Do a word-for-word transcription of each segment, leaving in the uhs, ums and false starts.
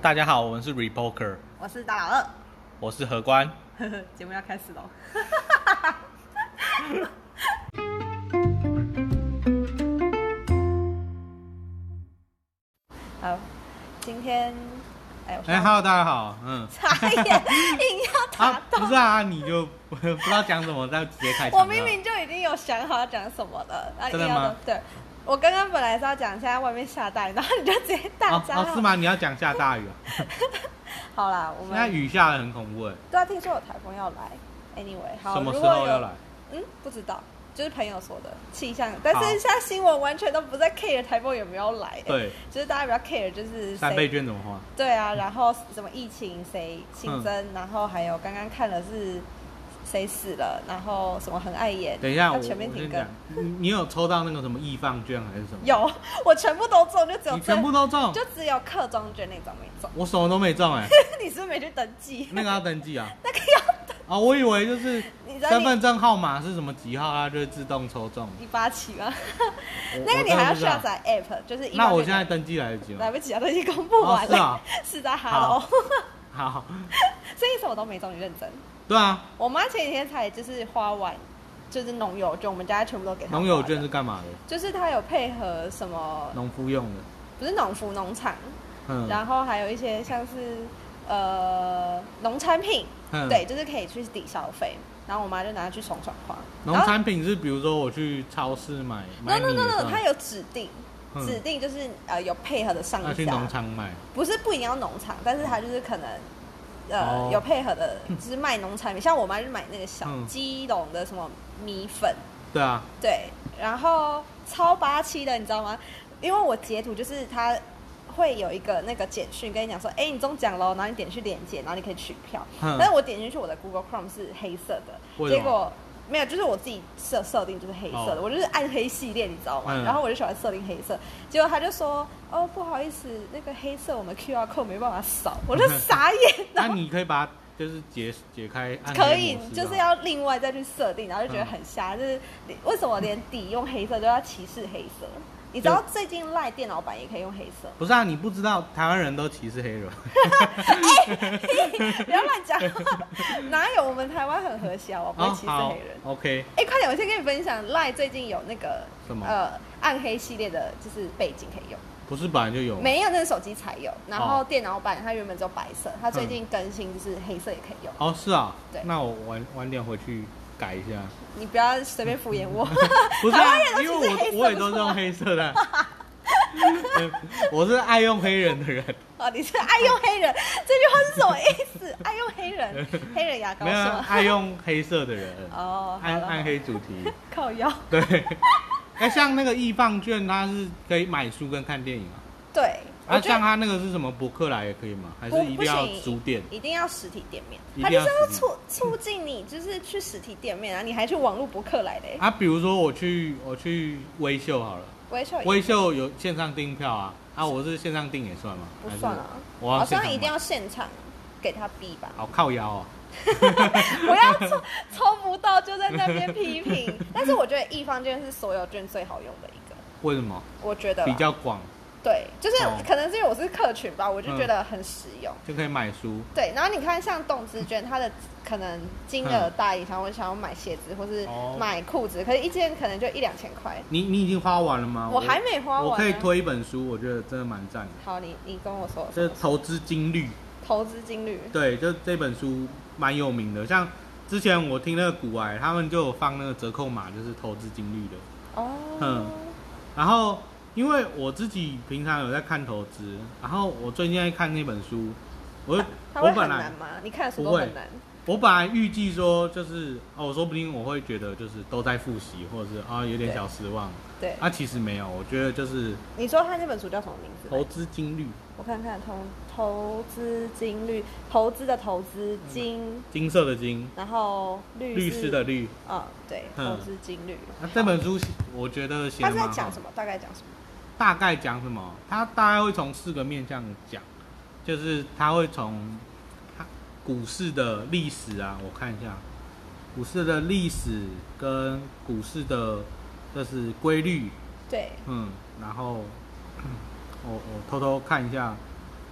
大家好，我们是 Repoker， 我是大老二， 我是何官。 节目要开始喽。好，今天哎，哎、 欸、，Hello， 大家好，嗯， 差一点硬要打啊， 动、 不是啊，你就不知道讲什么，再直接开场。 我明明就已经有想好要讲什么了，啊、 真的吗？ 对，我刚刚本来是要讲现在外面下大雨，然后你就直接大张、 哦。哦，是吗？你要讲下大雨啊？ 好啦，我们现在雨下得很恐怖哎。 对啊，听说有台风要来。Anyway， 好， 什么时候要来？ 嗯，不知道。就是朋友说的气象，但是现在新闻完全都不在 care 台风有没有来、欸， 对， 就是大家比较 care 就是三倍券怎么花？对啊，然后什么疫情谁新增、嗯，然后还有刚刚看了是谁死了，然后什么很碍眼， 等一下， 全面停更。 你有抽到那个什么易放券还是什么？ 有，我全部都中，就只有你全部都中， 就只有客庄券那种没中。 我什么都没中哎、欸， 你是不是没去登记？ 那个要登记啊， 那个要。 啊、哦，我以为就是身份证号码是什么几号，它就会自动抽中。 一八七吗？那个你还要下载 app， 就是一。 那我现在登记来得及吗？ 来不及啊，都已经公布完了。哦、 是啊， 是在 Hello。 好。好所以什么都没中，你认真。 对啊。 我妈前几天才就是花完，就是农友券，我们家全部都给她。 农友券是干嘛的？ 就是她有配合什么？ 农夫用的。不是农夫，农场。 嗯。 然后还有一些像是。呃，农产品，对，就是可以去抵消费，然后我妈就拿去爽爽花。 农产品是比如说我去超市买，买米的时候 no no no no， 它有指定，嗯、指定就是呃有配合的商家。 要去农场买， 不是不一定要农场，但是它就是可能呃、哦、有配合的，就是卖农产品，像我妈就买那个小基隆的什么米粉， 对啊， 对，然后超八七的，你知道吗？因为我截图就是它。会有一个那个简讯跟你讲说，哎、欸，你中奖喽，然后你点去连结，然后你可以取票。嗯、但是我点进去，我的 Google Chrome 是黑色的，结果没有，就是我自己设设定就是黑色的，哦、我就是暗黑系列，你知道吗？嗯、然后我就喜欢设定黑色，结果他就说，哦，不好意思，那个黑色我们 Q R code 没办法扫，我就傻眼。 那你可以把它就是解解开暗黑模式， 可以，就是要另外再去设定，然后就觉得很瞎，嗯、就是为什么连底用黑色都要歧视黑色？你知道最近赖电脑版也可以用黑色？ 不是啊，你不知道台湾人都歧视黑人。 哎、欸，不要乱讲，哪有？我们台湾很和谐，我不会歧视黑人。 哦、OK。 哎、欸，快点，我先跟你分享，赖最近有那个什么呃暗黑系列的，就是背景可以用。 不是本来就有？ 没有，那是手机才有。然后电脑版它原本只有白色，它最近更新就是黑色也可以用。 哦，是啊。 对。 那我晚晚点回去。改一下， 你不要随便敷衍我。 不是啊，因为我我也都是用黑色的。我是爱用黑人的人。 哦，你是爱用黑人，这句话是什么意思？爱用黑人，黑人牙膏没有爱用黑色的人。 哦， 暗暗黑主题。 靠腰。 对。哎，像那个易放券，它是可以买书跟看电影啊。 对。 啊，像他那个是什么博客来也可以吗？还是一定要书店？ 一定要实体店面。他就是要促促进你，就是去实体店面啊！你还去网络博客来的、欸？ 啊，比如说我去我去微秀好了， 微秀微秀有线上订票啊，啊，我是线上订也算吗？ 不算啊， 我好像一定要现场给他逼吧？ 好靠腰啊！ 不要抽抽不到就在那边批评。但是我觉得易放券是所有券最好用的一个。 为什么？ 我觉得比较广。 对，就是可能是因为我是客群吧，我就觉得很实用， 嗯、就可以买书。 对，然后你看像动资券，它的可能金额大一点，我想要买鞋子或是买裤子，可是一件可能就一两千块。 你你已经花完了吗？ 我还没花完、啊。 我可以推一本书，我觉得真的蛮赞的。 好，你你跟我说。 这是投资金律。 投资金律。对， 就这本书蛮有名的，像之前我听那个股癌，他们就有放那个折扣码，就是投资金律的。 哦。 嗯，然后。因为我自己平常有在看投资，然后我最近在看那本书，我它会很难吗？你看的书都很难。 我本来预计说就是哦，说不定我会觉得就是都在复习，或者是啊有点小失望。 对。 啊，其实没有，我觉得就是。 你说他那本书叫什么名字？ 投资金律。 我看看投投资金律，投资的投资金。 嗯、金色的金。 然后律律师的律。 嗯，对，投资金律。 那、啊、这本书我觉得写得蛮好。 他是在讲什么？大概讲什么？ 大概讲什么？他大概会从四个面向讲，就是他会从股市的历史啊，我看一下，股市的历史跟股市的就是规律， 对， 嗯，然后我我偷偷看一下，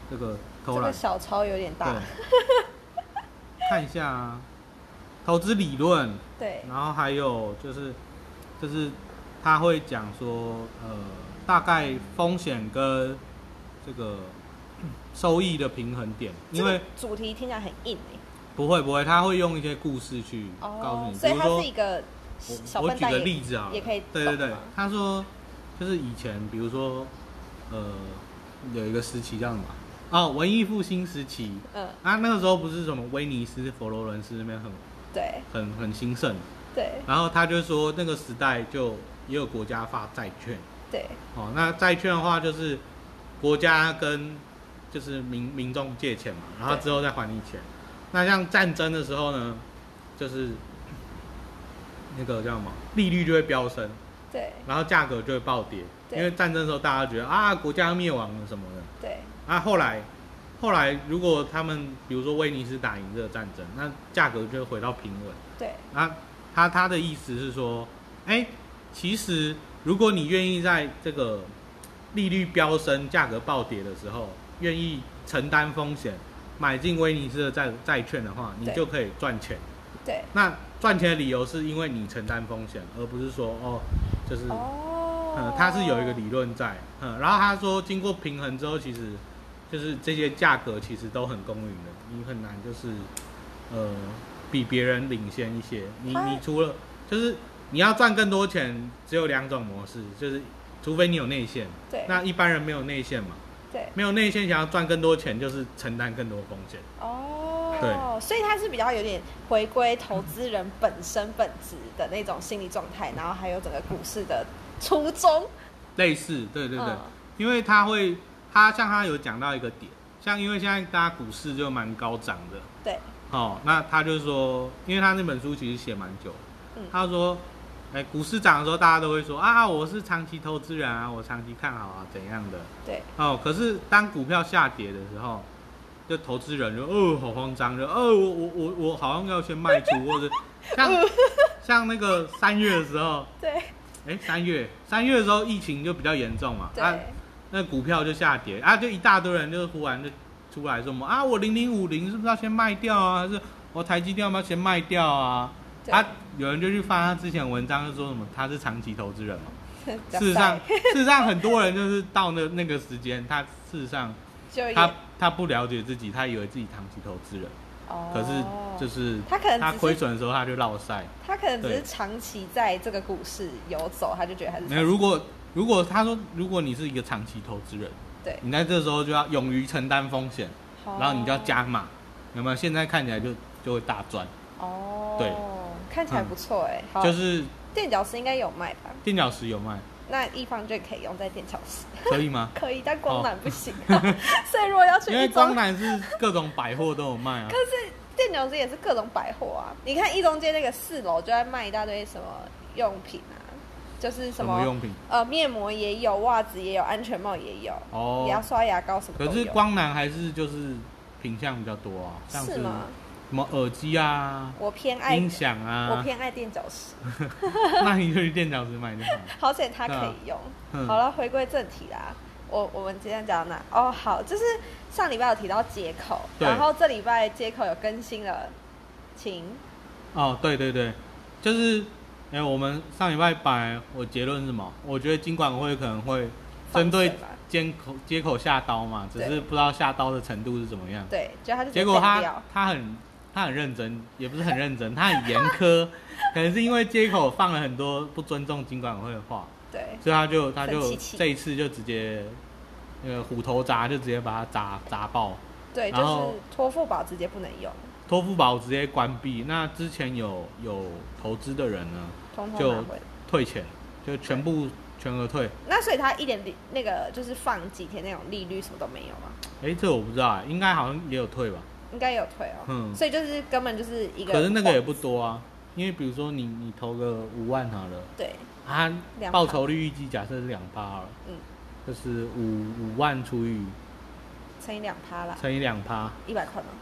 这个偷懒。 这个小抄有点大。 看一下啊，投资理论。 对。 然后还有就是，就是他会讲说，呃，大概风险跟这个收益的平衡点，因为主题听起来很硬诶。 不会不会，他会用一些故事去告诉你， 所以它是一个小笨蛋， 我举个例子啊， 也可以。 对对对，他说就是以前，比如说，呃，有一个时期叫什么？哦，文艺复兴时期。嗯。啊，那个时候不是什么威尼斯、佛罗伦斯那边很对， 很很兴盛。 对。 然后他就说，那个时代就也有国家发债券。 对。 哦，那债券的话就是国家跟就是民民众借钱嘛，然后之后再还你钱。那像战争的时候呢，就是那个叫什么，利率就会飙升， 对， 然后价格就会暴跌，因为战争的时候大家觉得啊国家灭亡了什么的， 对， 啊后来后来如果他们比如说威尼斯打赢这个战争，那价格就会回到平稳， 对， 那他他的意思是说，哎，其实如果你愿意在这个利率飙升、价格暴跌的时候，愿意承担风险。买进威尼斯的债债券的话，你就可以赚钱。 对。 那赚钱的理由是因为你承担风险，而不是说哦，就是，哦，嗯，它是有一个理论在，嗯，然后他说经过平衡之后，其实就是这些价格其实都很公允的，你很难就是，呃，比别人领先一些。你你除了就是你要赚更多钱，只有两种模式，就是除非你有内线， 对， 那一般人没有内线嘛。 对， 没有内线想要赚更多钱，就是承担更多风险。 哦， 对， 所以它是比较有点回归投资人本身本质的那种心理状态，然后还有整个股市的初衷。 类似，对对对，嗯、因为他会，他像他有讲到一个点，像因为现在大家股市就蛮高涨的。 对。 哦，那他就说，因为他那本书其实写蛮久的，嗯，他说。哎，股市涨的时候，大家都会说啊，我是长期投资人啊，我长期看好啊，怎样的？ 对。 哦，可是当股票下跌的时候，就投资人就哦好慌张，就哦我我我我好像要先卖出，或者像像那个三月的时候， 对。 哎，三月三月的时候疫情就比较严重嘛， 对。 啊，那股票就下跌啊，就一大堆人就忽然就出来说什么啊，我零零五零是不是要先卖掉啊？还是我台积电要不要先卖掉啊？啊，有人就去翻他之前文章，就说什么他是长期投资人嘛。事实上，事实上很多人就是到那那个时间，他事实上他他不了解自己，他以为自己长期投资人。哦。可是就是他可能他亏损的时候他就落赛。 他可能只是长期在这个股市游走，他就觉得还是。 没有，如果如果他说如果你是一个长期投资人， 对， 你在这时候就要勇于承担风险，然后你就要加码，有没有？现在看起来就就会大赚。哦。对。 看起来不错哎、欸， 就是垫脚石应该有卖吧？ 垫脚石有卖， 那一方就可以用在垫脚石， 可以吗？ 可以，但光南不行、啊。所以如果要去， 因为光南是各种百货都有卖啊。 可是垫脚石也是各种百货啊，你看一中街那个四楼就在卖一大堆什么用品啊，就是什么, 什么用品？ 呃，面膜也有，袜子也有，安全帽也有，哦，牙刷、牙膏什么都有。 可是光南还是就是品项比较多啊，像是。是吗？什么耳机啊？ 我偏爱音响啊， 我偏爱垫脚石。 那你就去垫脚石买就好了。 好险它可以用。嗯、好了，回归正题啦。我我们今天讲到哪？哦，好，就是上礼拜有提到街口，然后这礼拜街口有更新了，请。 哦，对对对，就是，哎、欸，我们上礼拜本来我结论是什么？我觉得金管会可能会针对街口街口下刀嘛，只是不知道下刀的程度是怎么样。 对，就他就结果他他很。他很认真，也不是很认真，他很严苛，可能是因为街口放了很多不尊重金管会的话， 对， 所以他就他就这一次就直接那个虎头铡就直接把它砸砸爆， 对，就是托付宝直接不能用， 托付宝直接关闭。那之前有有投资的人呢， 通通就退钱，就全部全额退。 那所以他一点那个就是放几天那种利率什么都没有吗？ 哎、欸，这我不知道啊，应该好像也有退吧。 应该有退哦，嗯，所以就是根本就是一个， 可是那个也不多啊，因为比如说你你投个五万好了， 对， 啊，报酬率预计假设是两趴好了，嗯，就是五五万除以乘以两趴啦， 乘以两趴， 一百块吗？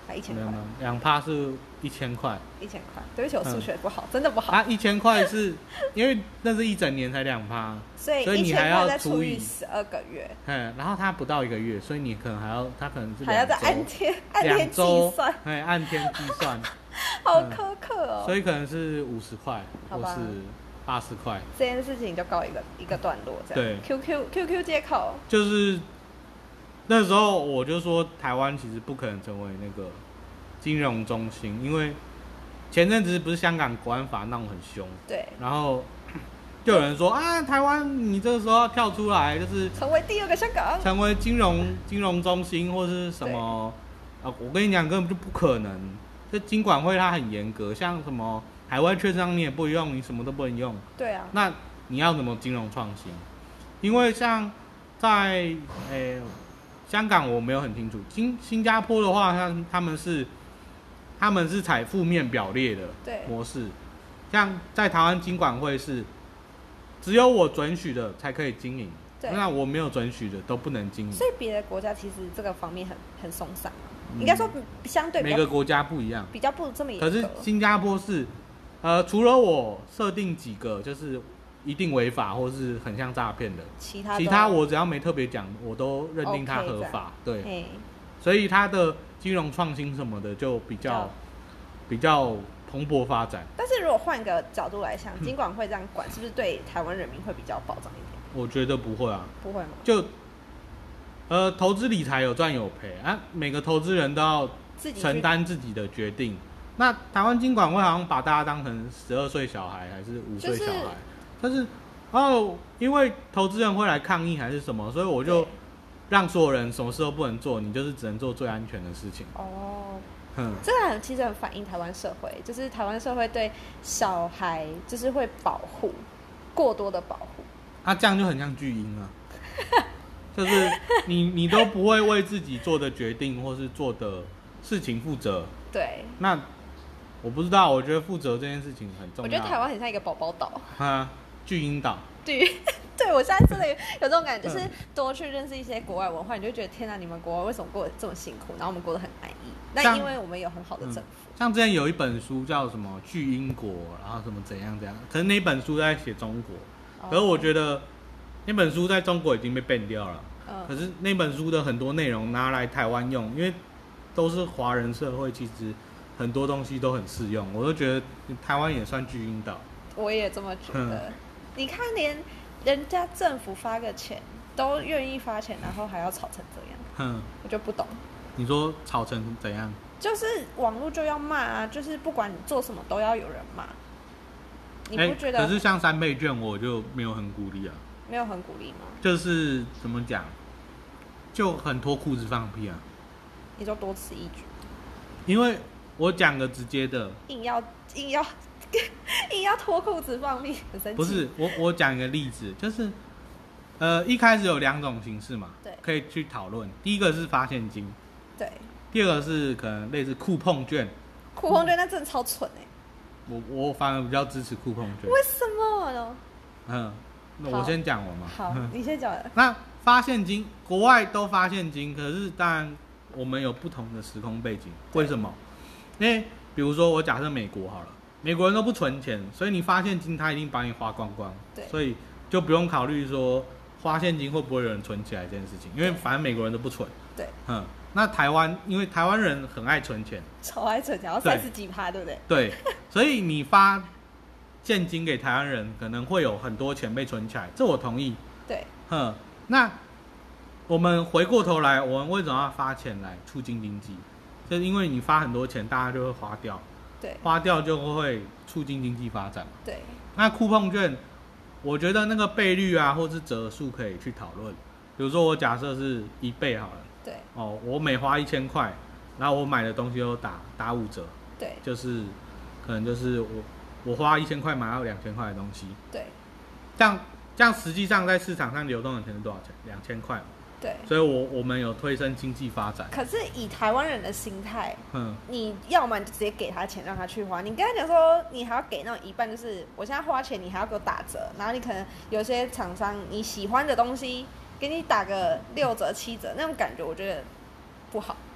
还一千块？ 两趴是一千块。 一千块，对不起，我数学不好，嗯、真的不好。 啊，一千块是因为那是一整年才两趴， 所以所以你还要除以十二个月。 嗯，然后它不到一个月，所以你可能还要，它可能是还要再按天按天计算， 哎，按天计算， 好苛刻哦。 所以可能是五十块，或是八十块。 这件事情就告一个一个段落，这样。对 ，Q Q Q Q 接口。 就是那时候我就说，台湾其实不可能成为那个金融中心，因为前阵子不是香港国安法闹很凶，对，然后就有人说啊，台湾你这个时候要跳出来，就是成为第二个香港， 成为金融金融中心或是什么啊？我跟你讲，根本就不可能。这金管会它很严格，像什么海外券商你也不能用，你什么都不能用。对啊。那你要怎么金融创新？因为像在诶、欸、香港我没有很清楚，新新加坡的话，他他们是。他们是采负面表列的模式，像在台湾金管会是只有我准许的才可以经营，那我没有准许的都不能经营。 所以别的国家其实这个方面很很松散、啊嗯、应该说相对每个国家不一样， 比较不这么严格。 可是新加坡是，呃，除了我设定几个就是一定违法或是很像诈骗的，其他其他我只要没特别讲，我都认定它合法。Okay、对，所以它的金融创新什么的就比较比较蓬勃发展。 但是如果换个角度来想，金管会这样管，是不是对台湾人民会比较保障一点？ 我觉得不会啊。 不会吗？ 就呃，投资理财有赚有赔啊，每个投资人都要承担自己的决定。那台湾金管会好像把大家当成十二岁小孩还是五岁小孩，就是、但是哦，因为投资人会来抗议还是什么，所以我就让所有人什么事都不能做，你就是只能做最安全的事情。哦，嗯， 这个其实很反映台湾社会，就是台湾社会对小孩就是会保护，过多的保护。 啊，这样就很像巨婴啊，就是你你都不会为自己做的决定或是做的事情负责。对，那我不知道，我觉得负责这件事情很重要。 我觉得台湾很像一个宝宝岛啊，巨婴岛。 对，对我现在真的有这种感觉，就是多去认识一些国外文化，你就觉得天哪，你们国外为什么过得这么辛苦，然后我们过得很安逸？那因为我们有很好的政府。 嗯、像之前有一本书叫什么《巨婴国》，然后什么怎样怎样，可是那本书在写中国，可是我觉得那本书在中国已经被 ban 掉了。嗯、可是那本书的很多内容拿来台湾用，因为都是华人社会，其实很多东西都很适用，我都觉得台湾也算巨婴岛。 我也这么觉得。嗯、你看，连人家政府发个钱都愿意发钱，然后还要吵成这样，嗯，我就不懂。 你说吵成怎样？ 就是网络就要骂啊，就是不管你做什么都要有人骂。你不觉得？ 欸、可是像三倍券，我就没有很鼓励啊。 没有很鼓励吗？ 就是怎么讲，就很脱裤子放屁啊。 你说多此一举。 因为我讲个直接的， 硬要硬要硬要脱裤子放屁，很生气。 不是，我我讲一个例子，就是呃一开始有两种形式嘛，对，可以去讨论。第一个是发现金，对。第二个是可能类似酷碰券。 酷碰券那真的超蠢哎、欸。 我我反而比较支持酷碰券。 为什么呢？ 嗯，那我先讲完嘛。 好，你先讲。 那发现金，国外都发现金，可是当然我们有不同的时空背景。为什么？因为比如说我假设美国好了，美国人都不存钱，所以你发现金他一定把你花光光。对。所以就不用考虑说花现金会不会有人存起来这件事情，因为反正美国人都不存。对。嗯。那台湾，因为台湾人很爱存钱， 超爱存钱，要三十几趴，对不对？ 对，所以你发现金给台湾人，可能会有很多钱被存起来，这我同意。对，哼，那我们回过头来，我们为什么要发钱来促进经济？就是因为你发很多钱，大家就会花掉，对，花掉就会促进经济发展嘛。对，那酷碰券，我觉得那个倍率啊，或是折数可以去讨论。比如说我假设是一倍好了。对哦，我每花一千块，然后我买的东西都打打五折，对，就是可能就是我我花一千块买到两千块的东西，对，这样这样实际上在市场上流动的钱是多少钱？两千块，对，所以我我们有推升经济发展。 可是以台湾人的心态，嗯，你要么就直接给他钱让他去花，你跟他讲说你还要给那种一半，就是我现在花钱你还要给我打折，然后你可能有些厂商你喜欢的东西。给你打个六折七折那种感觉，我觉得不好。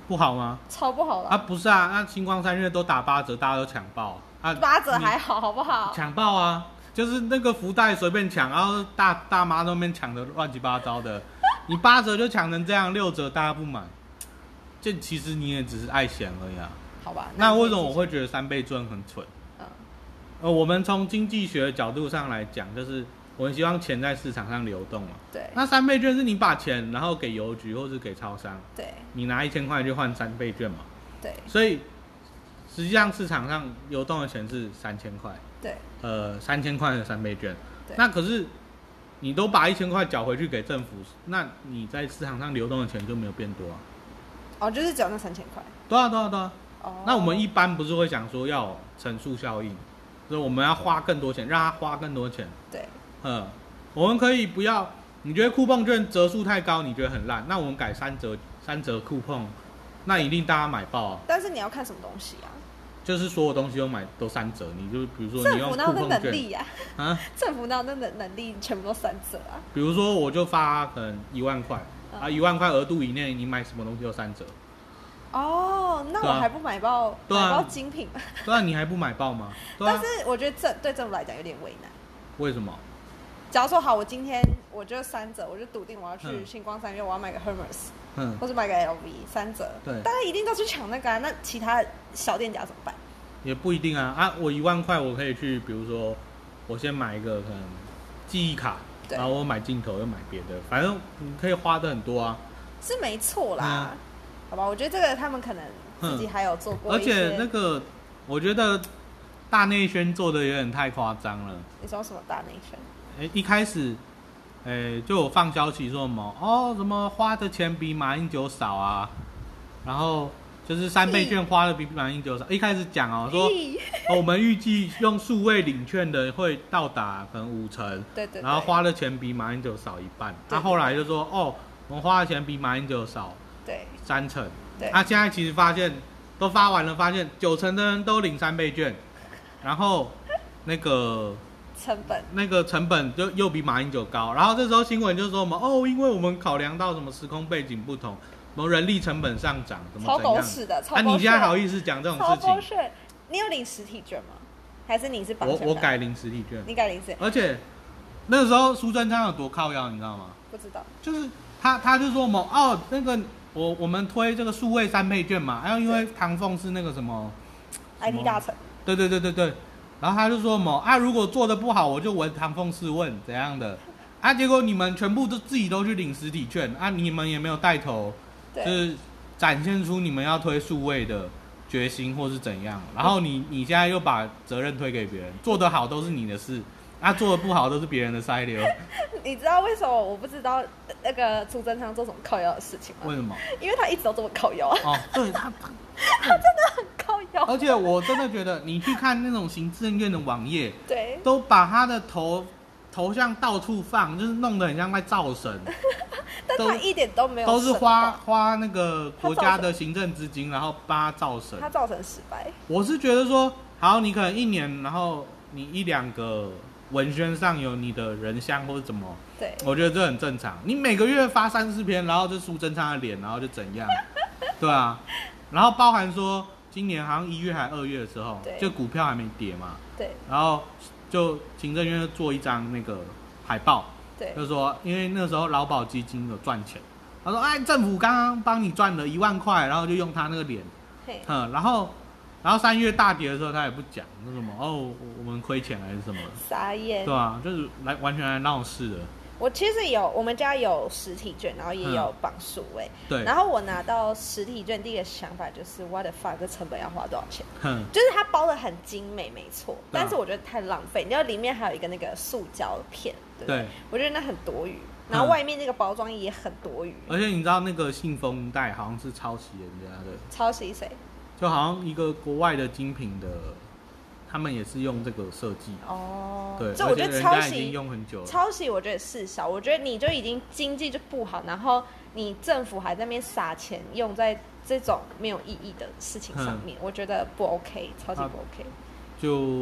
不好吗？ 超不好的啊，不是啊，那星光三月都打八折，大家都抢爆啊， 八折还好，好不好？ 抢爆啊！就是那个福袋随便抢，然后大大妈那边抢的乱七八糟的，你八折就抢成这样，六折大家不买，这其实你也只是爱嫌而已啊。 好吧。 那为什么我会觉得三倍券很蠢？嗯，呃，我们从经济学的角度上来讲，就是我们希望钱在市场上流动嘛。 对。 那三倍券是你把钱然后给邮局或是给超商， 对， 你拿一千块去换三倍券嘛。 对。 所以实际上市场上流动的钱是三千块。 对， 呃，三千块的三倍券， 对， 那可是你都把一千块缴回去给政府，那你在市场上流动的钱就没有变多啊。 哦，就是只有那三千块。 对啊，对啊，对啊。 哦。 那我们一般不是会想说要乘数效应，所以我们要花更多钱，让他花更多钱。 对。 嗯，我们可以不要，你觉得酷碰券折数太高，你觉得很烂，那我们改三折，三折酷碰，那一定大家买爆啊。 但是你要看什么东西啊？ 就是所有东西都买都三折，你就比如说你用酷碰券， 政府哪有那能力呀？ 啊， 政府哪有那能能力全部都三折啊？ 比如说我就发可能一万块、嗯、啊，一万块额度以内，你买什么东西都三折。 哦，那我还不买爆、啊、买爆精品吗？ 对啊，你还不买爆吗？对啊、 但是我觉得政对政府来讲有点为难。 为什么？ 假如说好，我今天我就三折，我就笃定我要去星光三月，我要买个 Hermes， 嗯，或者买个 L V 三折， 对， 大家一定都去抢那个啊。那其他小店家怎么办？ 也不一定啊啊！我一万块我可以去，比如说我先买一个可能记忆卡，然后我买镜头又买别的，反正你可以花的很多啊。 是没错啦、嗯，好吧，我觉得这个他们可能自己还有做过、嗯， 而且那个我觉得大内宣做的有点太夸张了。 你说什么大内宣？ 哎、欸，一开始，哎、欸，就有放消息说什么哦，什么花的钱比马英九少啊，然后就是三倍券花的比马英九少。一开始讲哦，说、哦、我们预计用数位领券的会到达可能五成， 对 对, 對， 然后花的钱比马英九少一半。他、啊、后来就说哦，我们花的钱比马英九少， 对， 三成。 对， 他、啊、现在其实发现都发完了，发现九成的人都领三倍券，然后那个。 成本那个成本就又比马英九高，然后这时候新闻就说我们哦，因为我们考量到什么时空背景不同，什么人力成本上涨，怎么怎样？ 超狗屎的，超狗屎的。 啊，你现在好意思讲这种事情？ 你有领实体券吗？还是你是绑？ 我我改领实体券， 你改领实体券，而且那个时候苏贞昌有多靠腰，你知道吗？ 不知道， 就是他他就说我们哦，那个我我们推这个数位三倍券嘛，然后因为唐凤是那个什么 I T 大臣， 对对对对对。然后他就说某啊，如果做的不好，我就闻唐凤试问怎样的啊？结果你们全部都自己都去领实体券啊，你们也没有带头，就是展现出你们要推数位的决心或是怎样。然后你你现在又把责任推给别人，做得好都是你的事，啊，做得不好都是别人的塞流。 你知道为什么我不知道那个苏贞昌做什么靠腰的事情吗？ 为什么？ 因为他一直都这么靠腰。 哦，对他他他真的很靠腰。 而且我真的觉得，你去看那种行政院的网页， 对， 都把他的头头像到处放，就是弄得很像在造神。 但他一点都没有， 都是花花那个国家的行政资金，然后帮他造神。 他造成失败。 我是觉得说，好，你可能一年，然后你一两个文宣上有你的人像或者怎么， 对， 我觉得这很正常。你每个月发三四篇，然后就苏贞昌的脸，然后就怎样，对啊。然后包含说，今年好像一月还二月的时候，就股票还没跌嘛， 对。 然后就行政院做一張那個海報， 對， 就是說因為那時候勞保基金有賺錢，他說哎，政府剛剛幫你賺了一萬塊，然後就用他那個臉，嗯，然後然後三月大跌的時候他也不講，說什麼哦我們虧錢還是什麼， 傻眼， 對啊，就是來完全來鬧事的。 我其實有，我們家有實體券，然後也有綁數位、嗯，對。然後我拿到實體券，第一個想法就是 what the fuck，這成本要花多少錢？嗯，就是它包得很精美，沒錯，但是我覺得太浪費。你知道裡面還有一個那個塑膠片，對不對？對，我覺得那很多餘，然後外面那個包裝也很多餘、 嗯。而且你知道那個信封袋好像是抄襲人家的， 抄襲誰？ 就好像一個國外的精品的。他們也是用這個設計哦， 對， 這我覺得抄襲已經用很久了。 抄襲我覺得是少，我覺得你就已經經濟就不好，然後你政府還在那邊撒錢用在這種沒有意義的事情上面，嗯、我覺得不 OK， 抄襲不 OK。 就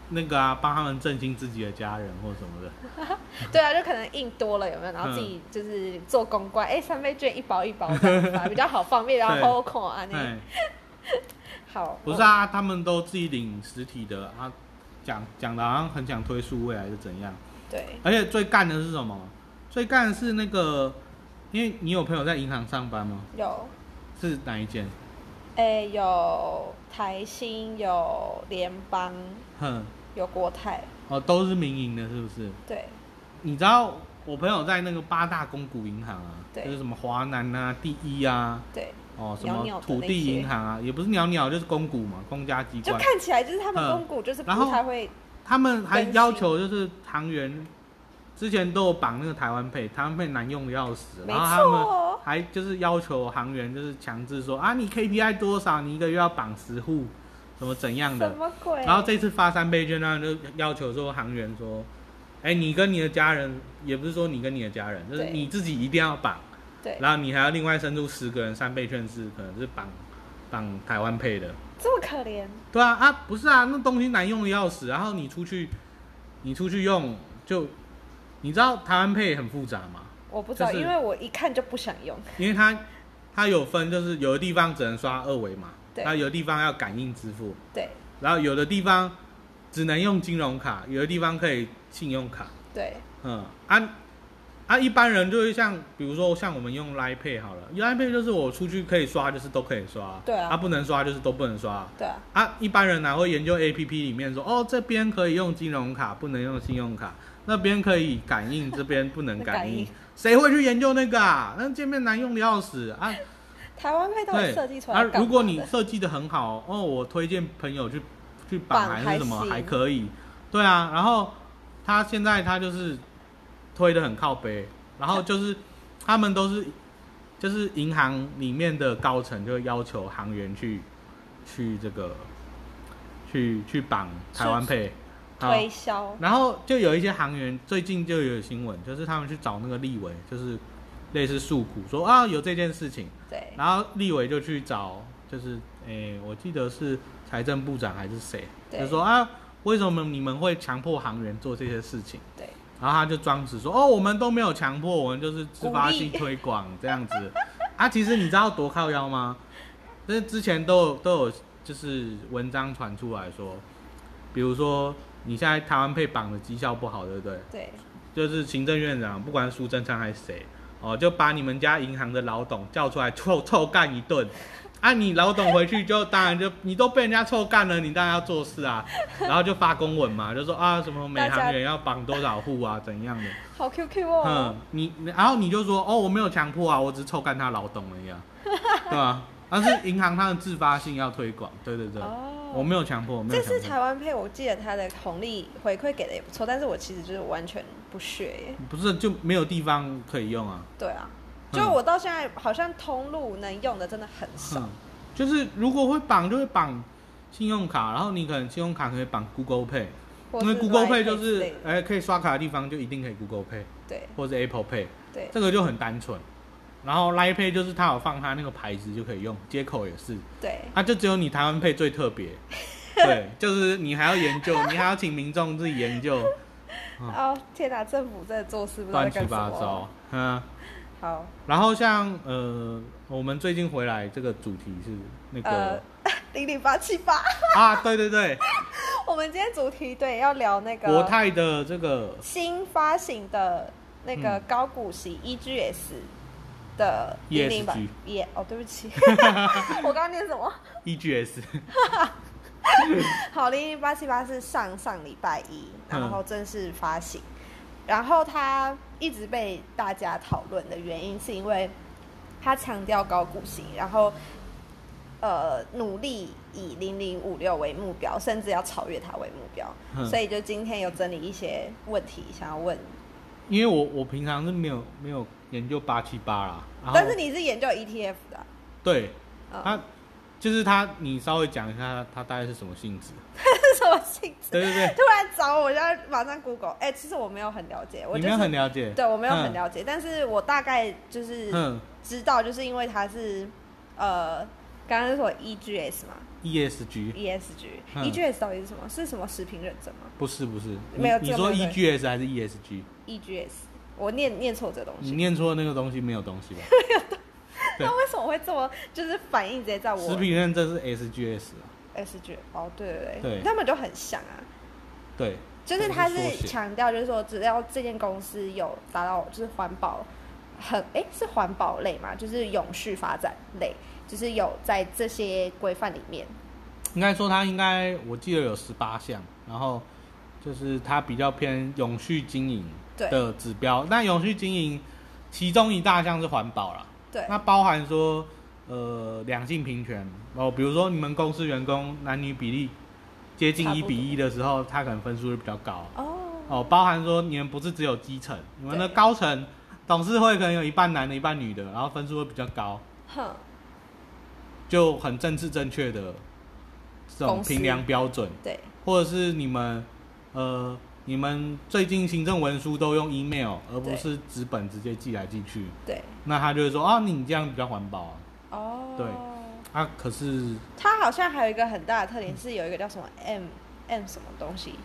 那个啊，帮他们振兴自己的家人或什么的。 对啊，就可能印多了有没有？然后自己就是做公关，哎、嗯，三倍券一包一包这样发比较好方便，然后好看啊那。好。 不是啊，他们都自己领实体的啊，讲讲的好像很想推数位还是怎样。 对。 而且最干的是什么？最干的是那个，因为你有朋友在银行上班吗？ 有。 是哪一间？ 哎、欸，有台新，有联邦，哼，有国泰， 哦，都是民营的，是不是？ 对。 你知道我朋友在那个八大公股银行啊， 对， 就是什么华南啊、第一啊， 对， 哦，什么土地银行啊，也不是鸟鸟，就是公股嘛，公家机关。 就看起来就是他们公股就是不太会。 他们还要求就是行员，之前都有绑那个台湾配，台湾配难用的要死，然后他们。还就是要求行员就是强制说啊，你 K P I 多少，你一个月要绑十户，什么怎样的？ 什么鬼？ 然后这次发三倍券呢，就要求说行员说，哎、欸，你跟你的家人，也不是说你跟你的家人，就是你自己一定要绑， 对， 然后你还要另外伸出十个人，三倍券是可能是绑绑台湾配的， 这么可怜？ 对啊啊，不是啊，那东西难用的要死，然后你出去，你出去用就，你知道台湾配很复杂吗？ 我不知道、就是，因为我一看就不想用。 因为它它有分，就是有的地方只能刷二维码，然后有的地方要感应支付， 对。 然后有的地方只能用金融卡，有的地方可以信用卡， 对。 嗯，啊啊，一般人就会像，比如说像我们用 Line Pay 好了 ，Line Pay 就是我出去可以刷，就是都可以刷， 对啊。 啊，不能刷就是都不能刷， 对啊。 啊，一般人哪会研究 A P P 里面说，哦，这边可以用金融卡，不能用信用卡。那边可以感应，这边不能感应，谁会去研究那个啊？那界面难用的要死啊！ 台湾配到底设计出来干嘛的？ 啊，如果你设计的很好，哦，我推荐朋友去去绑还是什么还可以，对啊。然后他现在他就是推的很靠北，然后就是他们都是就是银行里面的高层就会要求行员去去这个去去绑台湾配。 推销， 然后就有一些行员最近就有新闻，就是他们去找那个立委，就是类似诉苦说啊有这件事情， 对， 然后立委就去找，就是诶我记得是财政部长还是谁，就说啊为什么你们会强迫行员做这些事情？ 对， 然后他就装死说哦我们都没有强迫，我们就是自发性推广这样子。啊，其实你知道多靠腰吗？就是之前都有都有就是文章传出来说，比如说。你现在台湾配绑的绩效不好，对不对？ 对。 就是行政院长，不管是苏贞昌还是谁，哦，就把你们家银行的老董叫出来臭臭干一顿。啊，你老董回去就当然就你都被人家臭干了，你当然要做事啊。然后就发公文嘛，就说啊什么每行员要绑多少户啊怎样的。 好 Q Q 哦。 嗯，你然后你就说哦我没有强迫啊，我只是臭干他老董而已啊，对吧？但是银行它的自发性要推广，对对对。哦。我没有强迫，没有强迫。 这次台湾配，我记得它的红利回馈给的也不错，但是我其实就是完全不屑耶。 不是，就没有地方可以用啊。 对啊，就我到现在好像通路能用的真的很少。嗯、 就是如果会绑，就会绑信用卡，然后你可能信用卡可以绑 Google Pay， 因为 Google Pay 就是哎、欸、可以刷卡的地方就一定可以 Google Pay， 对， 或者 Apple Pay， 对， 这个就很单纯。然后 Line Pay 就是它有放它那个牌子就可以用，接口也是， 对， 它、啊、就只有你台湾Pay最特别。对，就是你还要研究，你还要请民众自己研究。 嗯、哦，天哪！政府在做事不知道在干什么。 乱七八糟，嗯。 好。 然后像呃，我们最近回来这个主题是那个零零八七八啊，对对对。 我们今天主题对要聊那个国泰的这个新发行的那个高股息 E G S 的零零八也哦，对不起，我刚刚念什么 ？E G S。 好，零零八七八是上上礼拜一，然后正式发行。嗯、然后它一直被大家讨论的原因，是因为它强调高股息，然后呃努力以零零五六为目标，甚至要超越它为目标。嗯、所以就今天有整理一些问题想要问。 因为我我平常是没有没有研究八七八啦， 但是你是研究 E T F 的、啊。 对，它。嗯就是他，你稍微讲一下他大概是什么性质？ 是什么性质？ 对对对。 突然找我，我现在马上 Google。哎、欸，其实我没有很了解，我、就是、 你没有很了解。 对，我没有很了解，嗯、但是我大概就是知道，就是因为它是呃刚刚是说 E G S 嘛 ？E S G，E S G，E G S 到底是什么？是什么食品认证吗？ 不是不是， 没有。 你说 E G S 还是 E S G？E G S， 我念念错这个东西。 你念错那个东西没有东西吧？ 没有东西。那为什么会这么就是反应直接在我？ 食品认证是 S G S 啊。 S G， 哦，对对对， 他们就很像啊。 对， 就是他是强调，就是说只要这间公司有达到就是环保，很哎、欸、是环保类嘛，就是永续发展类，就是有在这些规范里面。 应该说它应该我记得有十八项，然后就是它比较偏永续经营的指标。那永续经营其中一大项是环保啦， 对， 那包含说呃两性平权哦，比如说你们公司员工男女比例接近一比一的时候，他可能分数会比较高哦。哦，包含说你们不是只有基层，你们的高层董事会可能有一半男的，一半女的，然后分数会比较高，哼，就很政治正确的这种评量标准， 对， 或者是你们呃你们最近行政文书都用 email 而不是纸本直接寄来寄去， 对， 那他就会说啊，你这样比较环保啊， 哦， 对。啊，可是它好像还有一个很大的特点，是有一个叫什么 M M 什么东西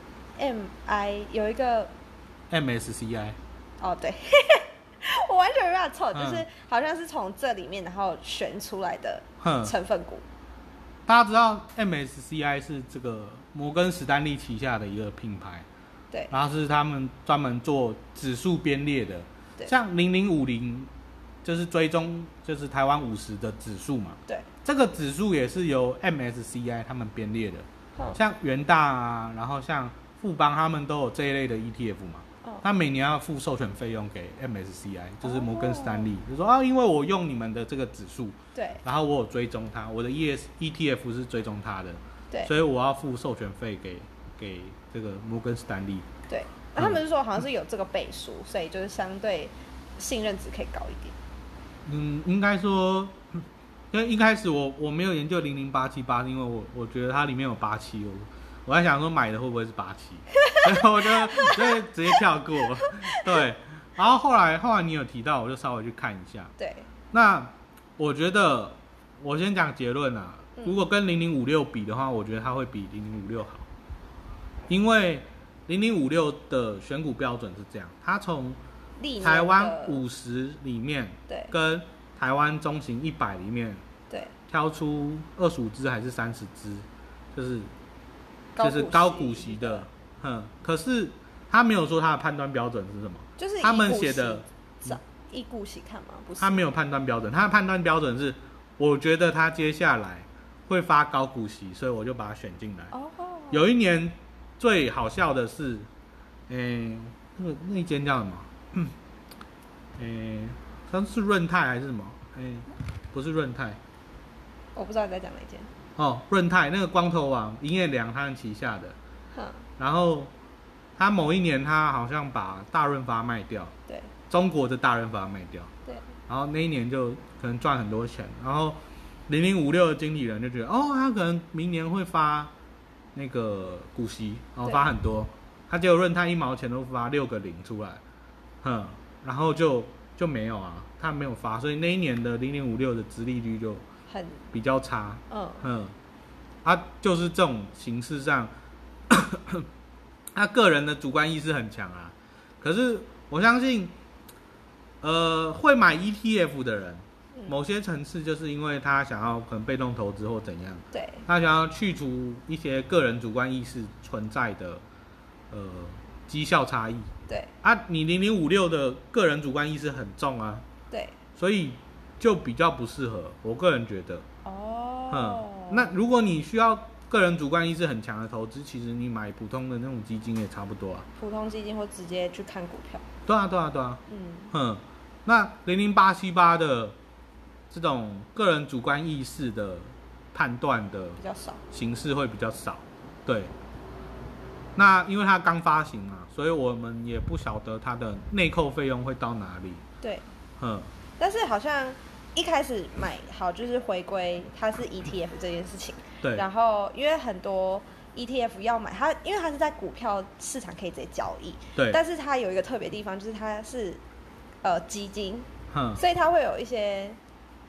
，M I 有一个 M S C I， 哦对，我完全没办法凑，嗯、就是好像是从这里面然后选出来的成分股。 大家知道 M S C I 是这个摩根史丹利旗下的一个品牌， 对， 然后是他们专门做指数编列的， 对，像零零五零。就是追踪，就是台湾五十的指数嘛。 对， 这个指数也是由 M S C I 他们编列的。嗯、像元大啊，然后像富邦，他们都有这一类的 E T F 嘛。哦、他每年要付授权费用给 M S C I， 就是摩根斯丹利，哦、就说啊，因为我用你们的这个指数， 对， 然后我有追踪它，我的 E S E T F 是追踪它的， 对， 所以我要付授权费给给这个摩根斯丹利。 对，那、嗯、他们是说好像是有这个倍数，所以就是相对信任值可以高一点。 嗯，应该说，因为一开始我我没有研究零零八七八，因为我我觉得它里面有八七，我我在想说买的会不会是八七，所以我就就直接跳过。对，然后后来后来你有提到，我就稍微去看一下。 对， 那我觉得我先讲结论啊，如果跟零零五六比的话，我觉得它会比零零五六好，因为零零五六的选股标准是这样，它从台湾五十里面，对，跟台湾中型一百里面，对，挑出二十五只还是三十只，就是就是高股息的，嗯，可是他没有说他的判断标准是什么， 就是他们写的依股息看吗？不是， 他没有判断标准，他的判断标准是，我觉得他接下来会发高股息，所以我就把它选进来。哦，有一年最好笑的是，诶，那个那间叫什么？嗯，诶，它是润泰还是什么？诶，不是润泰， 我不知道你在讲哪间。 哦，润泰那个光头王营业良他们旗下的，嗯，然后他某一年他好像把大润发卖掉，对，中国的大润发卖掉，对，然后那一年就可能赚很多钱，然后零零五六的经理人就觉得，哦，他可能明年会发那个股息，然后发很多，他结果润泰一毛钱都发六个零出来。嗯，然后就就没有啊，他没有发，所以那一年的零零五六的殖利率就很比较差。嗯嗯，他就是这种形式上，他个人的主观意识很强啊。可是我相信，呃，会买 E T F 的人，嗯、某些层次就是因为他想要可能被动投资或怎样，对，他想要去除一些个人主观意识存在的，呃，绩效差异。对啊，你零零五六的个人主观意识很重啊，对，所以就比较不适合，我个人觉得。哦，嗯，那如果你需要个人主观意识很强的投资，其实你买普通的那种基金也差不多啊。 普通基金或直接去看股票。 对啊，对啊，对啊。嗯，嗯，那零零八七八的这种个人主观意识的判断的比较少，形式会比较少，对。那因为它刚发行嘛，所以我们也不晓得它的内扣费用会到哪里。对，嗯。 但是好像一开始买好就是回归它是 E T F 这件事情。对。然后因为很多 E T F 要买它，因为它是在股票市场可以直接交易。对。但是它有一个特别地方，就是它是呃基金，嗯，所以它会有一些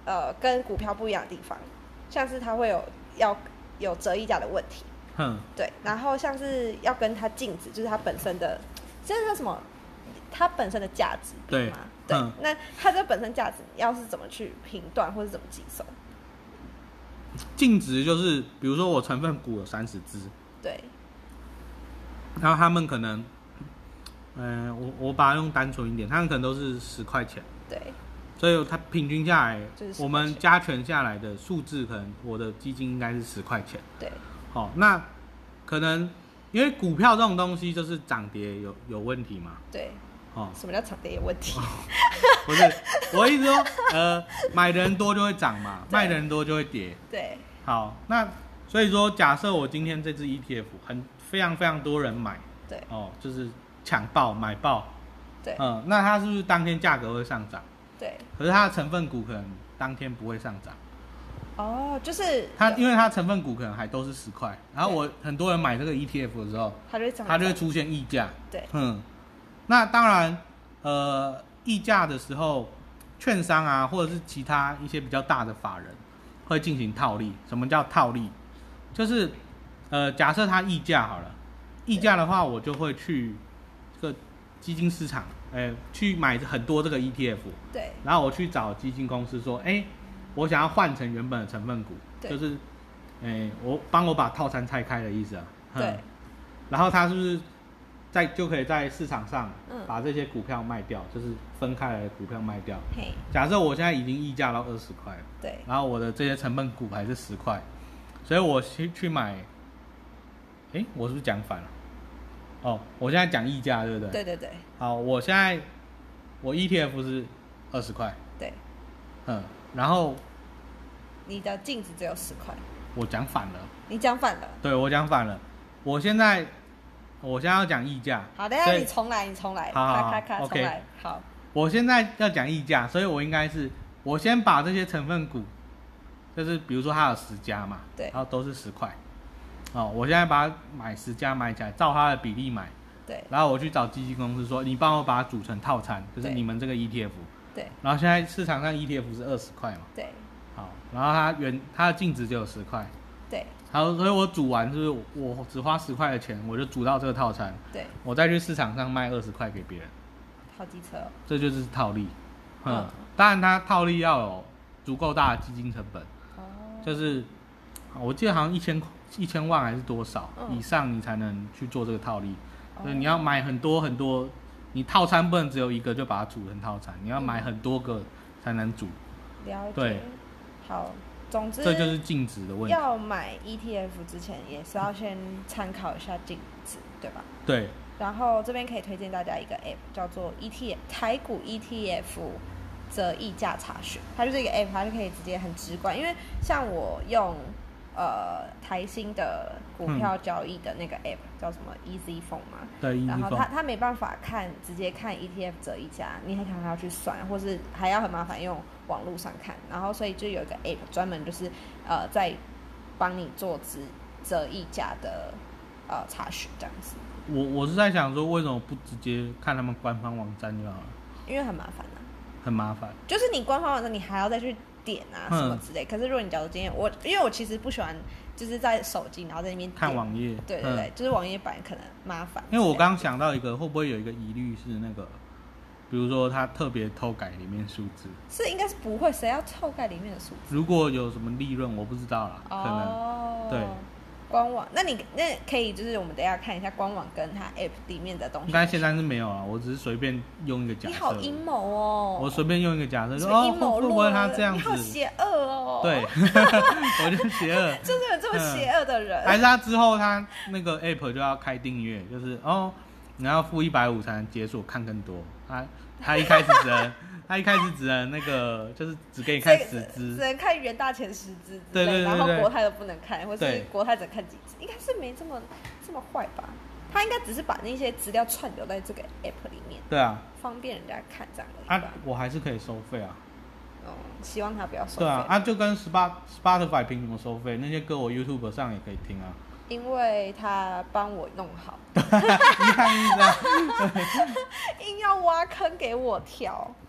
呃跟股票不一样的地方，像是它会有要有折溢价的问题， 哼， 对，然后像是要跟它净值，就是它本身的，这是什么？它本身的价值对吗？对， 嗯、 那它这本身价值要是怎么去评断，或是怎么计算？ 净值就是比如说我成分股有三十只， 对， 然后他们可能，嗯、呃，我我把它用单纯一点，他们可能都是十块钱， 对， 所以它平均下来， 就是我们加权下来的数字，可能我的基金应该是十块钱， 对， 好、哦，那可能因为股票这种东西就是涨跌有有问题嘛， 对， 哦， 什么叫涨跌有问题？ 哦、不是，我意思说，呃，买的人多就会涨嘛，卖的人多就会跌， 对， 好，那所以说，假设我今天这支 E T F 很非常非常多人买， 对， 哦，就是抢爆买爆， 对， 嗯，那它是不是当天价格会上涨？ 对， 可是它的成分股可能当天不会上涨。 哦，就是它，因为它成分股可能还都是十块，然后我很多人买这个 E T F 的时候， 它就会涨， 它就会出现溢价。 对， 嗯，那当然，呃，溢价的时候，券商啊，或者是其他一些比较大的法人会进行套利。什么叫套利？就是呃，假设它溢价好了，溢价的话，我就会去这个基金市场，哎、呃，去买很多这个 E T F， 对， 然后我去找基金公司说，哎、欸，我想要换成原本的成分股，就是，哎、欸，我帮我把套餐拆开的意思啊， 对， 然后他是不是在就可以在市场上把这些股票卖掉，嗯、就是分开来的股票卖掉。 嘿， 假设我现在已经溢价到二十块， 对， 然后我的这些成分股还是十块，所以我去去买，哎，我是不是讲反了？哦，我现在讲溢价，对不对？ 对对对。 好，我现在我 E T F 是二十块， 对， 嗯，然后你的净值只有十块， 我讲反了， 你讲反了， 对我讲反了，我现在我现在要讲溢价， 好，等一下你重来，你重来， 好好好咔咔咔，重 ，OK， 来，好， 我现在要讲溢价，所以我应该是我先把这些成分股，就是比如说它有十家嘛， 对， 然后都是十块，哦，我现在把它买十家买起来，照它的比例买， 对， 然后我去找基金公司说，你帮我把它组成套餐，就是你们这个 E T F， 对， 然后现在市场上 E T F 是二十块嘛， 对， 好，然后它原它的净值只有十块， 对， 好，所以我组完是不是我只花十块的钱，我就组到这个套餐， 对， 我再去市场上卖二十块给别人， 好机车、哦， 这就是套利，嗯， 嗯当然它套利要有足够大的基金成本， 哦， 就是我记得好像一千一千万还是多少、 嗯、 以上你才能去做这个套利， 哦、 所以你要买很多很多，你套餐不能只有一个就把它组成套餐，你要买很多个才能组， 了解， 对， 好。总之， 这就是净值的问题。 要买 E T F 之前，也是要先参考一下净值，对吧？ 对。 然后这边可以推荐大家一个 App， 叫做 E T F 台股 E T F 折溢价查询，它就是一个 App， 它就可以直接很直观。因为像我用呃台新的股票交易的那个 App、嗯、叫什么 Easy Phone 嘛， 对， 然后它它没办法看直接看 E T F 折溢价，你还可能还要去算，或是还要很麻烦用网络上看，然后所以就有一个 App 专门就是呃在帮你做折折溢价的呃查询这样子。 我我是在想说，为什么不直接看他们官方网站就好了？ 因为很麻烦啊， 很麻烦。 就是你官方网站你还要再去点啊什么之类。嗯、可是如果你假如今天我，因为我其实不喜欢就是在手机然后在那边看网页， 对对对，嗯、就是网页版可能麻烦。 因为我刚刚想到一个，会不会有一个疑虑是那个？比如说，他特别偷改里面数字， 是应该是不会，谁要偷改里面的数字？ 如果有什么利润，我不知道啦，哦、可能对。 官网，那你那可以就是我们等一下看一下官网跟它 App 里面的东西。 应该现在是没有啊，我只是随便用一个假设。 你好阴谋哦！ 我随便用一个假设， 说哦， 会不会他这样子？ 你好邪恶哦！ 对，我就邪恶， 就是有这么邪恶的人。 嗯、还是他之后他那个 App 就要开订阅，就是哦，你要付一百五才能解锁看更多。他他一开始只能。他一开始只能那个，就是只给你看十支， 只能看元大前十支， 对对对对， 然后国泰都不能看，或是国泰只能看几支，应该是没这么这么坏吧？他应该只是把那些资料串流在这个 app 里面， 对啊， 方便人家看这样而已。 啊，我还是可以收费啊。 哦，希望他不要收费。 对啊，啊，就跟 Spotify 凭什么收费？那些歌我 YouTube 上也可以听啊。 因为他帮我弄好， 你看意思啊， 硬要挖坑给我跳。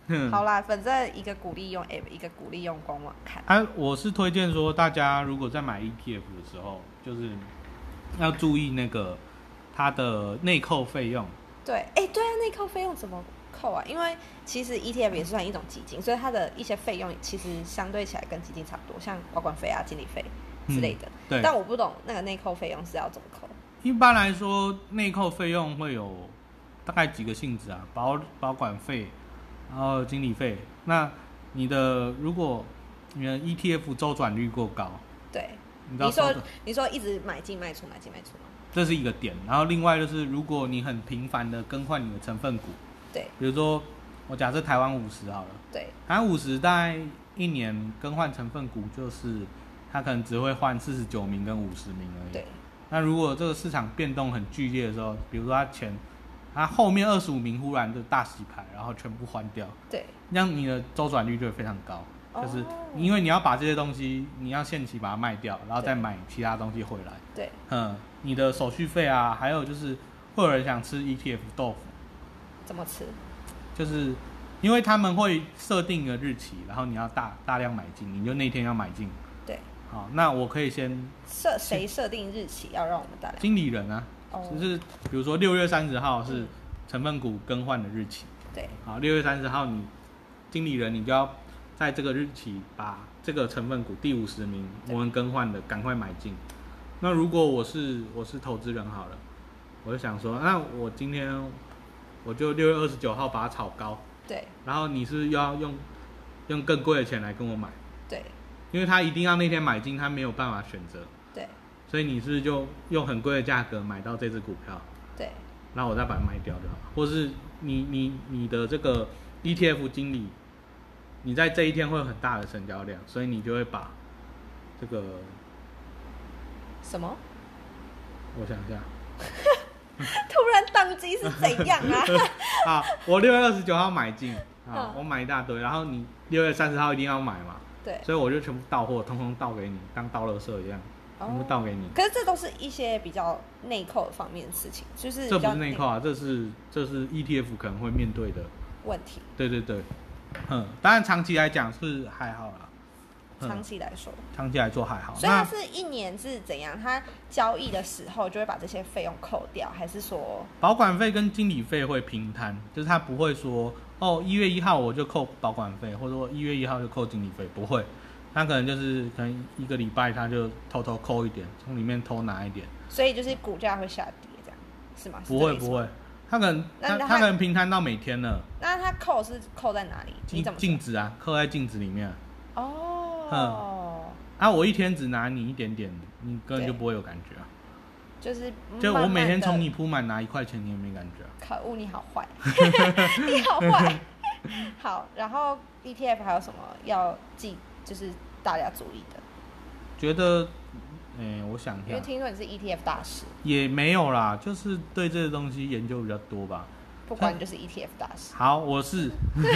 好啦，反正一个鼓励用 app， 一个鼓励用官网看。 啊，我是推荐说，大家如果在买 E T F 的时候，就是要注意那个它的内扣费用。 对，哎、欸，对啊，内扣费用怎么扣啊？因为其实 E T F 也是算一种基金，所以它的一些费用其实相对起来跟基金差不多，像保管费啊、经理费之类的。嗯、 对。 但我不懂那个内扣费用是要怎么扣。 一般来说，内扣费用会有大概几个性质啊，保保管费，然后经理费。那你的如果你的 E T F 周转率过高， 对， 你知道你说你说一直买进卖出买进卖出吗？ 这是一个点。然后另外就是，如果你很频繁的更换你的成分股， 对， 比如说我假设台湾五十好了， 对， 台湾五十大概一年更换成分股，就是它可能只会换四十九名跟五十名而已。 对。 那如果这个市场变动很剧烈的时候，比如说它前，它后面二十五名忽然就大洗牌，然后全部换掉， 对， 这样你的周转率就会非常高， 哦、 就是因为你要把这些东西，你要限期把它卖掉，然后再买其他东西回来， 对， 嗯，你的手续费啊，还有就是会有人想吃 E T F 豆腐， 怎么吃？ 就是因为他们会设定一个日期，然后你要大大量买进，你就那天要买进。 对， 好，那我可以先设谁设定日期要让我们大量？ 经理人啊， 哦、 就是比如说六月三十号是成分股更换的日期。 嗯、对， 好，六月三十号你经理人你就要在这个日期把这个成分股第五十名我们更换的赶快买进。那如果我是我是投资人好了，我就想说，那我今天我就六月二十九号把它炒高。 对， 然后你是要用用更贵的钱来跟我买。 对， 因为他一定要那天买进，他没有办法选择。 对， 所以你是就用很贵的价格买到这只股票。 对， 然后我再把它卖掉就好。或是你你你的这个 E T F 经理，你在这一天会有很大的成交量，所以你就会把这个什么？ 我想一下。 突然宕机是怎样啊？ 啊，我六月二十九号买进啊， 嗯、 我买一大堆，然后你六月三十号一定要买嘛， 对， 所以我就全部到货，通通倒给你，当倒垃圾一样，全部倒给你。 可是这都是一些比较内扣方面的事情，就是这不是内扣啊，这是这是 E T F 可能会面对的问题。 对对对，嗯，当然长期来讲是还好啦。 长期来说， 长期来说还好。 所以它是一年是怎样？它交易的时候就会把这些费用扣掉，还是说保管费跟经理费会平摊？就是它不会说哦，一月一号我就扣保管费，或者说一月一号就扣经理费，不会。它可能就是可能一个礼拜它就偷偷扣一点，从里面偷拿一点。 所以就是股价会下跌，这样是吗？ 不会不会，它可能它它可能平摊到每天了。 那它扣是扣在哪里？你怎么净值啊？扣在净值里面。 哦。 嗯，啊，我一天只拿你一点点，你根本就不会有感觉啊。 就是慢慢就我每天从你铺满拿一块钱，你也没感觉啊。 可恶，你好坏，你好坏。好，然后 E T F 还有什么要记，就是大家注意的？ 觉得，哎、欸，我想一下， 因为听说你是 E T F 大师， 也没有啦，就是对这个东西研究比较多吧。 不管你就是 E T F 大师。 好，我是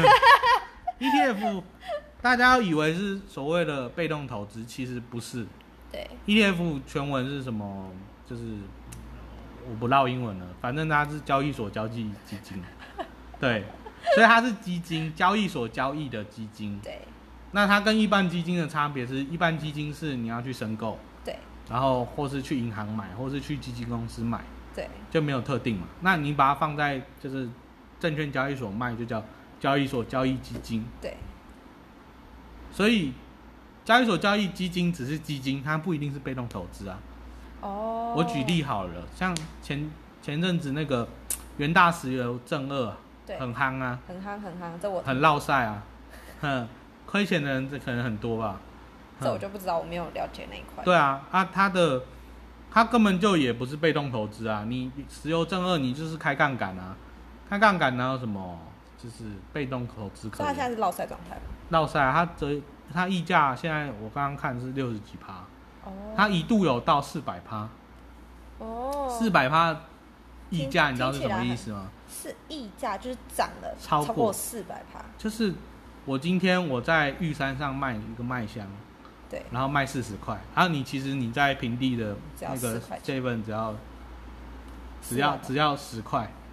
E T F。大家以为是所谓的被动投资，其实不是。 对 ，E T F 全文是什么？就是我不唠英文了，反正它是交易所交易基金。对，所以它是基金，交易所交易的基金。 对。 那它跟一般基金的差别是，一般基金是你要去申购， 对， 然后或是去银行买，或是去基金公司买， 对， 就没有特定嘛。那你把它放在就是证券交易所卖，就叫交易所交易基金。 对。 所以，交易所交易基金只是基金，它不一定是被动投资啊。 哦。 我举例好了，像前前阵子那个元大石油正二， 对， 很夯啊， 很夯很夯，这我很落赛啊，哼，亏钱的人这可能很多吧。 这我就不知道，我没有了解那一块。 对啊，啊，他的他根本就也不是被动投资啊，你石油正二你就是开杠杆啊，开杠杆哪有什么？就是被动投资可以。 所以他现在是落赛状态吗？ 落赛，它折它溢价现在我刚刚看是六十几趴， 哦， 它一度有到四百趴， 哦， 四百趴溢价，你知道是什么意思吗？ 是溢价就是涨了超过四百趴， 就是我今天我在玉山上卖一个麦香， 对， 然后卖四十块，然后你其实你在平地的那个 seven 只要只要只要十块。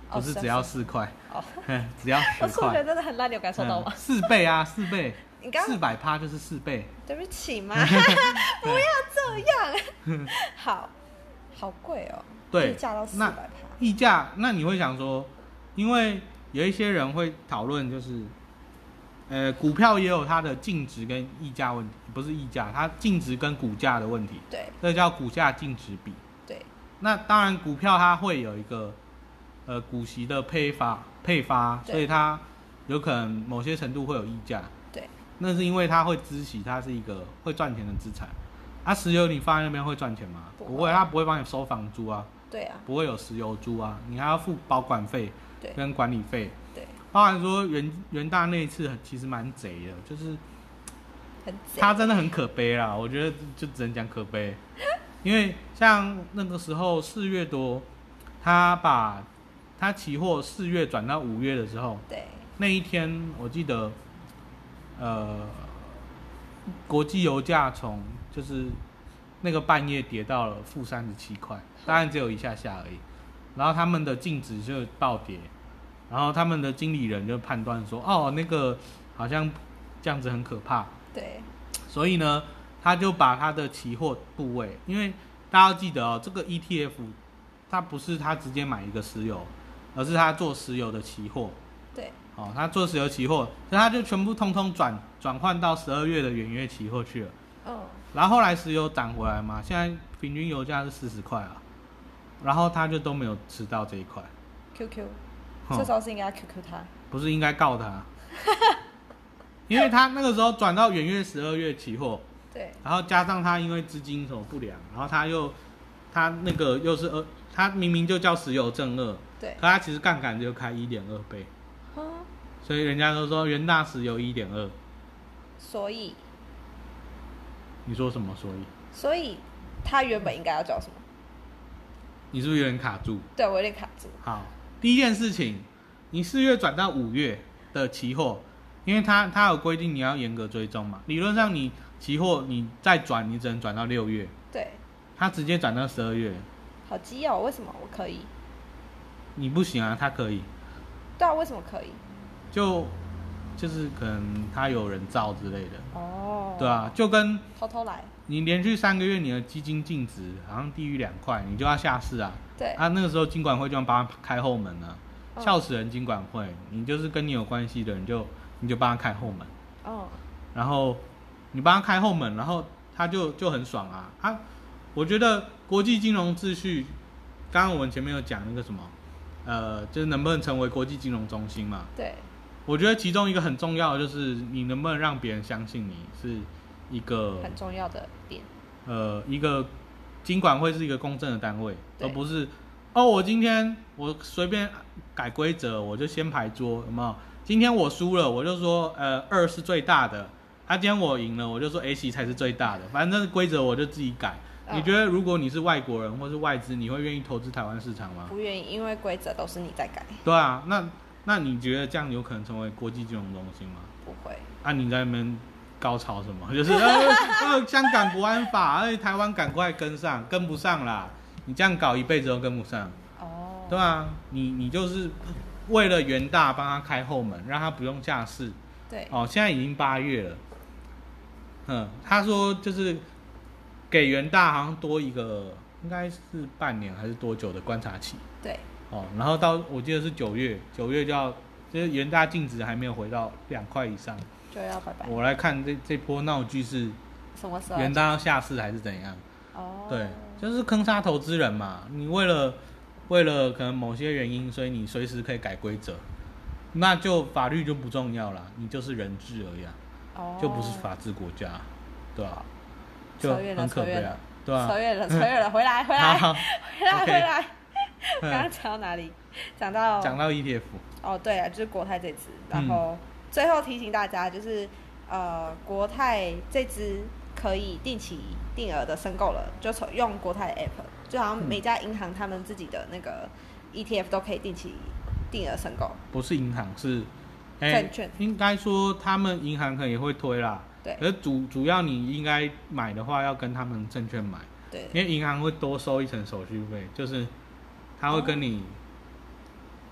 不是只要四块，哦，只要十块。 我数学真的很烂，你有感受到吗？ 四、嗯、倍啊，四倍， 你刚四百趴就是四倍。 对不起嘛，不要这样。好，好贵哦。 对， 溢价到四百趴。 溢价，那你会想说，因为有一些人会讨论，就是，呃，股票也有它的净值跟溢价问题，不是溢价，它净值跟股价的问题。 对， 这叫股价净值比。 对， 那当然，股票它会有一个，呃，股息的配发配发，所以它有可能某些程度会有溢价。 对， 那是因为它会孳息，它是一个会赚钱的资产。啊，石油你放在那边会赚钱吗？不会，不会，它不会帮你收房租啊。 对啊， 不会有石油租啊，你还要付保管费跟管理费。 对， 包含说元元大那一次其实蛮贼的，就是很贼， 他真的很可悲啦。我觉得就只能讲可悲，因为像那个时候四月多，他把他期货四月转到五月的时候， 对， 那一天我记得，呃，国际油价从就是那个半夜跌到了负三十七块，当然只有一下下而已。然后他们的净值就暴跌，然后他们的经理人就判断说，哦，那个好像这样子很可怕。 对。 所以呢，他就把他的期货部位，因为大家要记得哦，这个 E T F 它不是他直接买一个石油，而是他做石油的期货。 对。 哦，他做石油期货，所以他就全部通通转转换到十二月的远月期货去了。 哦。 然后后来石油涨回来嘛，现在平均油价是四十块啊，然后他就都没有吃到这一块。 Q Q， 这时候是应该要 Q Q 他， 不是应该告他，因为他那个时候转到远月十二月期货， 对， 然后加上他因为资金什么不良，然后他又他那个又是二，他明明就叫石油正二， 对， 可他其实杠杆就开一点二倍， 嗯， 所以人家都说元大石油一点二， 所以。 你说什么？所以， 所以他原本应该要叫什么？ 你是不是有点卡住？ 对，我有点卡住。 好，第一件事情，你四月转到五月的期货，因为它它有规定你要严格追踪嘛。理论上你期货你再转，你只能转到六月。 对。 它直接转到十二月。 好基哦，为什么我可以？ 你不行啊，它可以。 对啊，为什么可以？ 就。就是可能他有人造之类的哦， 对啊，就跟偷偷来， 你连续三个月你的基金净值好像低于两块，你就要下市啊。 对啊，那个时候金管会就要帮他开后门啊，笑死人金管会，你就是跟你有关系的人就你就帮他开后门哦，然后你帮他开后门，然后他就就很爽啊啊！我觉得国际金融秩序，刚刚我们前面有讲那个什么，呃，就是能不能成为国际金融中心嘛？ 对。 我觉得其中一个很重要的就是你能不能让别人相信你是一个很重要的点。 呃，一个金管会是一个公正的单位，而不是哦，我今天我随便改规则，我就先排桌，有没有？今天我输了，我就说呃二是最大的，他、啊、今天我赢了，我就说 A 才是最大的，反正规则我就自己改。嗯、你觉得如果你是外国人或是外资，你会愿意投资台湾市场吗？ 不愿意，因为规则都是你在改。 对啊，那。那你觉得这样有可能成为国际金融中心吗？ 不会。 啊，你在那边高潮什么？就是呃呃，香港国安法，而且台湾赶快跟上，跟不上啦！你这样搞一辈子都跟不上。哦。对啊，你你就是为了元大帮他开后门，让他不用下市。 对。 哦，现在已经八月了。嗯，他说就是给元大好像多一个，应该是半年还是多久的观察期？ 对。 哦，然后到我记得是九月，九月就要，就是元大净值还没有回到两块以上， 就要拜拜。 我来看这这波闹剧是什么时候？ 元大要下市还是怎样？ 哦， 对，就是坑杀投资人嘛。你为了为了可能某些原因，所以你随时可以改规则，那就法律就不重要了，你就是人治而已啊，哦，就不是法治国家，对吧？就很可悲啊，对吧？ 扯远了，扯远了，回来，回来，回来，回来。刚刚讲到哪里？讲到讲到 E T F。 哦，对啊，就是国泰这支。然后最后提醒大家，就是呃，国泰这支可以定期定额的申购了，就从用国泰的 App， 就好像每家银行他们自己的那个 E T F 都可以定期定额申购。 不是银行是证、欸、券， 应该说他们银行可能也会推啦。 对。 可是主主要你应该买的话，要跟他们证券买。 对。 因为银行会多收一层手续费，就是。他会跟你，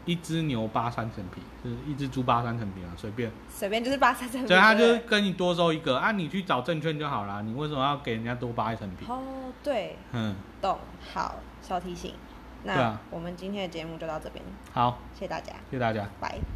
一只牛扒三层皮，就是一只猪扒三层皮啊，随便。 随便就是扒三层皮。 所以他就跟你多收一个啊，你去找证券就好啦，你为什么要给人家多扒一层皮？ 哦，对，嗯，懂。好，小提醒。那、啊、我们今天的节目就到这边。 好， 谢谢大家， 谢谢大家， 拜。